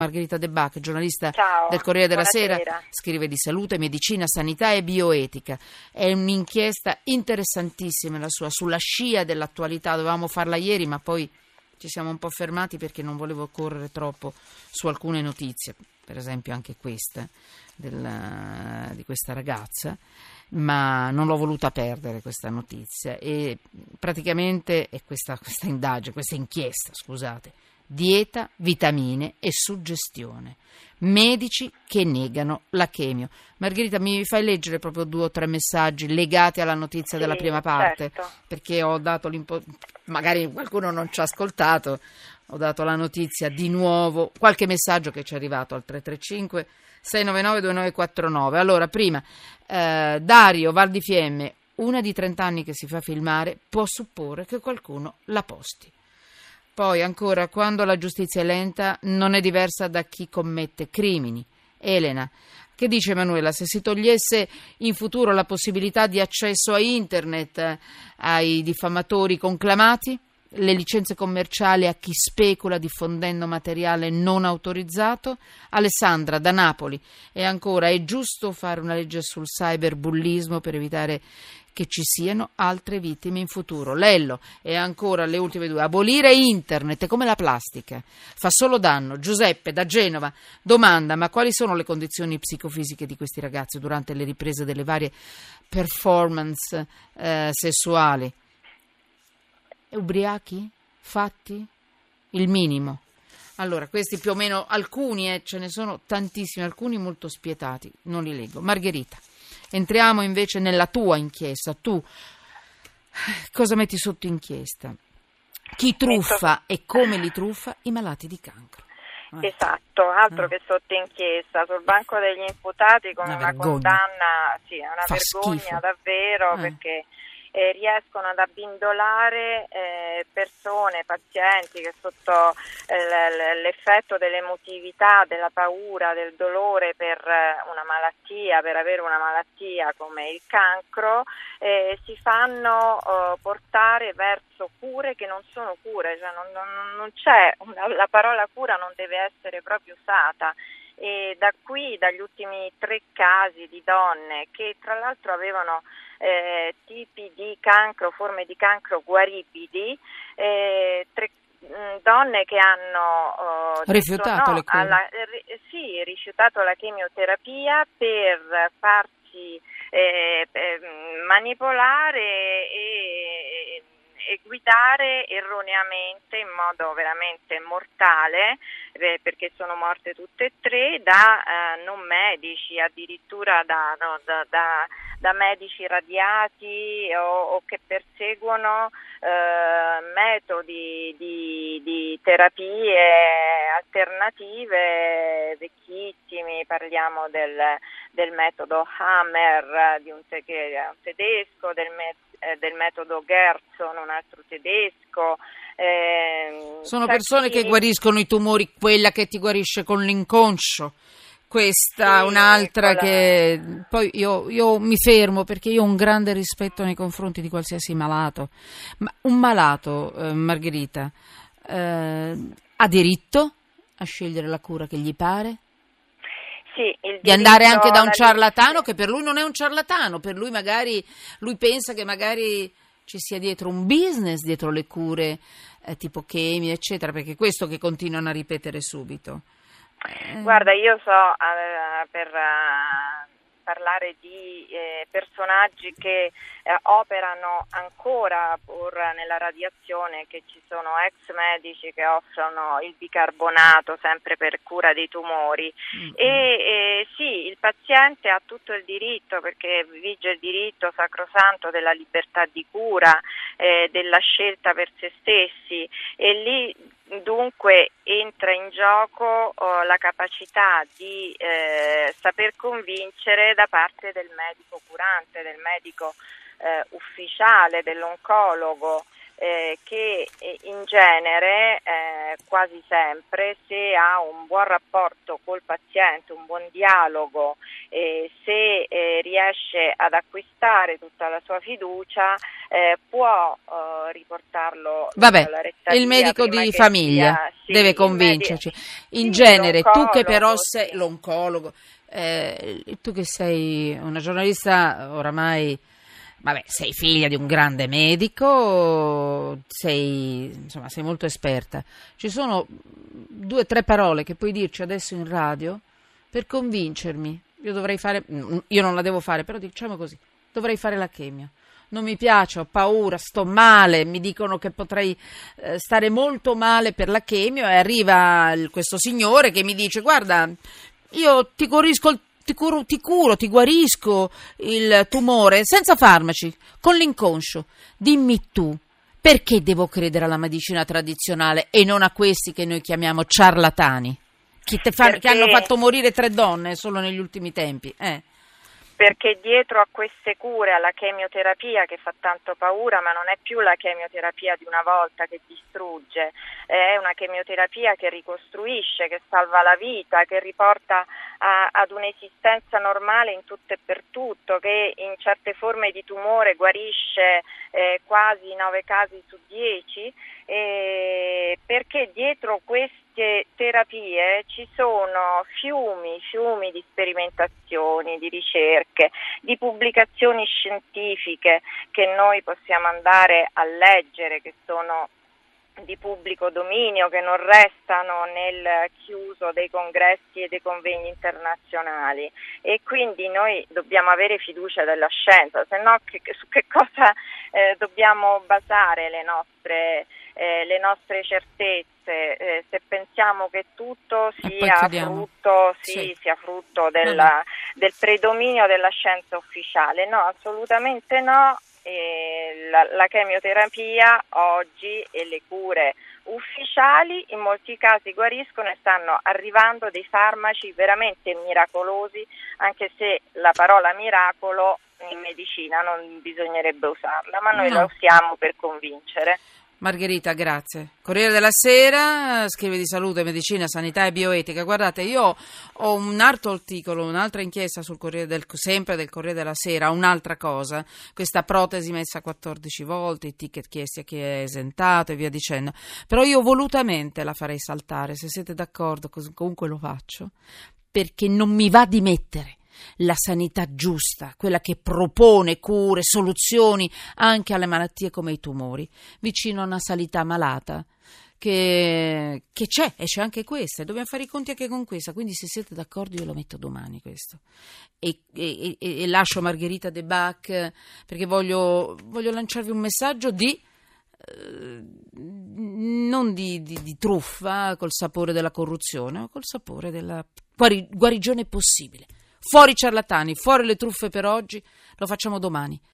Margherita De Bach, giornalista Ciao, del Corriere della buonasera. Sera, scrive di salute, medicina, sanità e bioetica. È un'inchiesta interessantissima la sua, sulla scia dell'attualità. Dovevamo farla ieri, ma poi ci siamo un po' fermati perché non volevo correre troppo su alcune notizie, per esempio anche questa di questa ragazza, ma non l'ho voluta perdere questa notizia e praticamente è questa indagine, questa inchiesta, scusate. Dieta, vitamine e suggestione. Medici che negano la chemio. Margherita, mi fai leggere proprio 2 o 3 messaggi legati alla notizia della prima parte? Certo. Perché ho dato magari qualcuno non ci ha ascoltato, ho dato la notizia di nuovo, qualche messaggio che ci è arrivato al 335 699 2949. Allora, prima, Dario, Val di Fiemme, una di 30 anni che si fa filmare, può supporre che qualcuno la posti. Poi ancora, quando la giustizia è lenta non è diversa da chi commette crimini. Elena, che dice Emanuela, se si togliesse in futuro la possibilità di accesso a internet ai diffamatori conclamati, le licenze commerciali a chi specula diffondendo materiale non autorizzato? Alessandra da Napoli, e ancora, è giusto fare una legge sul cyberbullismo per evitare che ci siano altre vittime in futuro? Lello, e ancora le ultime 2, abolire internet è come la plastica, fa solo danno. Giuseppe da Genova domanda, ma quali sono le condizioni psicofisiche di questi ragazzi durante le riprese delle varie performance sessuali? Ubriachi? Fatti? Il minimo. Allora, questi più o meno alcuni, ce ne sono tantissimi, alcuni molto spietati, non li leggo. Margherita, entriamo invece nella tua inchiesta. Tu cosa metti sotto inchiesta? Chi truffa e come li truffa? I malati di cancro. Esatto, altro che sotto inchiesta, sul banco degli imputati con una condanna, sì, è una vergogna schifo. Davvero, perché riescono ad abbindolare persone, pazienti che sotto l'effetto dell'emotività, della paura, del dolore per una malattia, per avere una malattia come il cancro, si fanno portare verso cure che non sono cure, cioè non c'è, la parola cura non deve essere proprio usata. E da qui, dagli ultimi 3 casi di donne che tra l'altro avevano tipi di cancro, forme di cancro guaribili, 3 donne che hanno rifiutato le cure. rifiutato la chemioterapia per farsi manipolare e guidare erroneamente in modo veramente mortale, perché sono morte tutte e 3 da non medici, addirittura da medici radiati o che perseguono metodi di terapie alternative vecchissimi. Parliamo del metodo Hammer di un tedesco, del metodo Gerson, un altro tedesco. Sono persone che guariscono i tumori, quella che ti guarisce con l'inconscio, questa sì, un'altra che... Poi io mi fermo perché io ho un grande rispetto nei confronti di qualsiasi malato, ma un malato, Margherita, ha diritto a scegliere la cura che gli pare? Sì, di andare anche da un ciarlatano, che per lui non è un ciarlatano, per lui magari lui pensa che magari ci sia dietro un business, dietro le cure tipo chemio, eccetera, perché è questo che continuano a ripetere subito. Guarda, io so, per parlare di personaggi che operano ancora pur nella radiazione, che ci sono ex medici che offrono il bicarbonato sempre per cura dei tumori. E sì, il paziente ha tutto il diritto, perché vige il diritto sacrosanto della libertà di cura, della scelta per se stessi, e lì dunque entra in gioco la capacità di saper convincere da parte del medico curante, del medico ufficiale, dell'oncologo, che in genere, quasi sempre, se ha un buon rapporto col paziente, un buon dialogo, se riesce ad acquistare tutta la sua fiducia, può riportarlo alla retta il via medico prima di che famiglia sia, deve convincerci. In sì, genere, tu che però l'oncologo, sei sì. l'oncologo, tu che sei una giornalista oramai, vabbè, sei figlia di un grande medico, sei molto esperta. Ci sono 2 o 3 parole che puoi dirci adesso in radio per convincermi. Io non la devo fare, però diciamo così, dovrei fare la chemio. Non mi piace, ho paura, sto male, mi dicono che potrei stare molto male per la chemio e arriva questo signore che mi dice: guarda, io ti guarisco il tumore senza farmaci, con l'inconscio. Dimmi tu, perché devo credere alla medicina tradizionale e non a questi che noi chiamiamo ciarlatani, che hanno fatto morire 3 donne solo negli ultimi tempi, Perché dietro a queste cure, alla chemioterapia che fa tanto paura, ma non è più la chemioterapia di una volta che distrugge, è una chemioterapia che ricostruisce, che salva la vita, che riporta ad un'esistenza normale in tutto e per tutto, che in certe forme di tumore guarisce quasi 9 casi su 10, perché dietro queste terapie ci sono fiumi di sperimentazioni, di ricerche, di pubblicazioni scientifiche che noi possiamo andare a leggere, che sono di pubblico dominio, che non restano nel chiuso dei congressi e dei convegni internazionali, e quindi noi dobbiamo avere fiducia della scienza, se no su che cosa dobbiamo basare le nostre certezze, se pensiamo che tutto sia frutto del predominio della scienza ufficiale. No, assolutamente no. La chemioterapia oggi e le cure ufficiali in molti casi guariscono e stanno arrivando dei farmaci veramente miracolosi, anche se la parola miracolo in medicina non bisognerebbe usarla, ma noi la usiamo per convincere. Margherita, grazie. Corriere della Sera scrive di salute, medicina, sanità e bioetica. Guardate, io ho un altro articolo, un'altra inchiesta sul sempre del Corriere della Sera, un'altra cosa, questa protesi messa 14 volte, i ticket chiesti a chi è esentato e via dicendo. Però io volutamente la farei saltare, se siete d'accordo, comunque lo faccio, perché non mi va di mettere la sanità giusta, quella che propone cure, soluzioni anche alle malattie come i tumori, vicino a una sanità malata che c'è, e c'è anche questa, e dobbiamo fare i conti anche con questa. Quindi se siete d'accordo io lo metto domani questo, e lascio Margherita De Bach, perché voglio lanciarvi un messaggio non di truffa col sapore della corruzione, ma col sapore della guarigione possibile. Fuori ciarlatani, fuori le truffe per oggi, lo facciamo domani.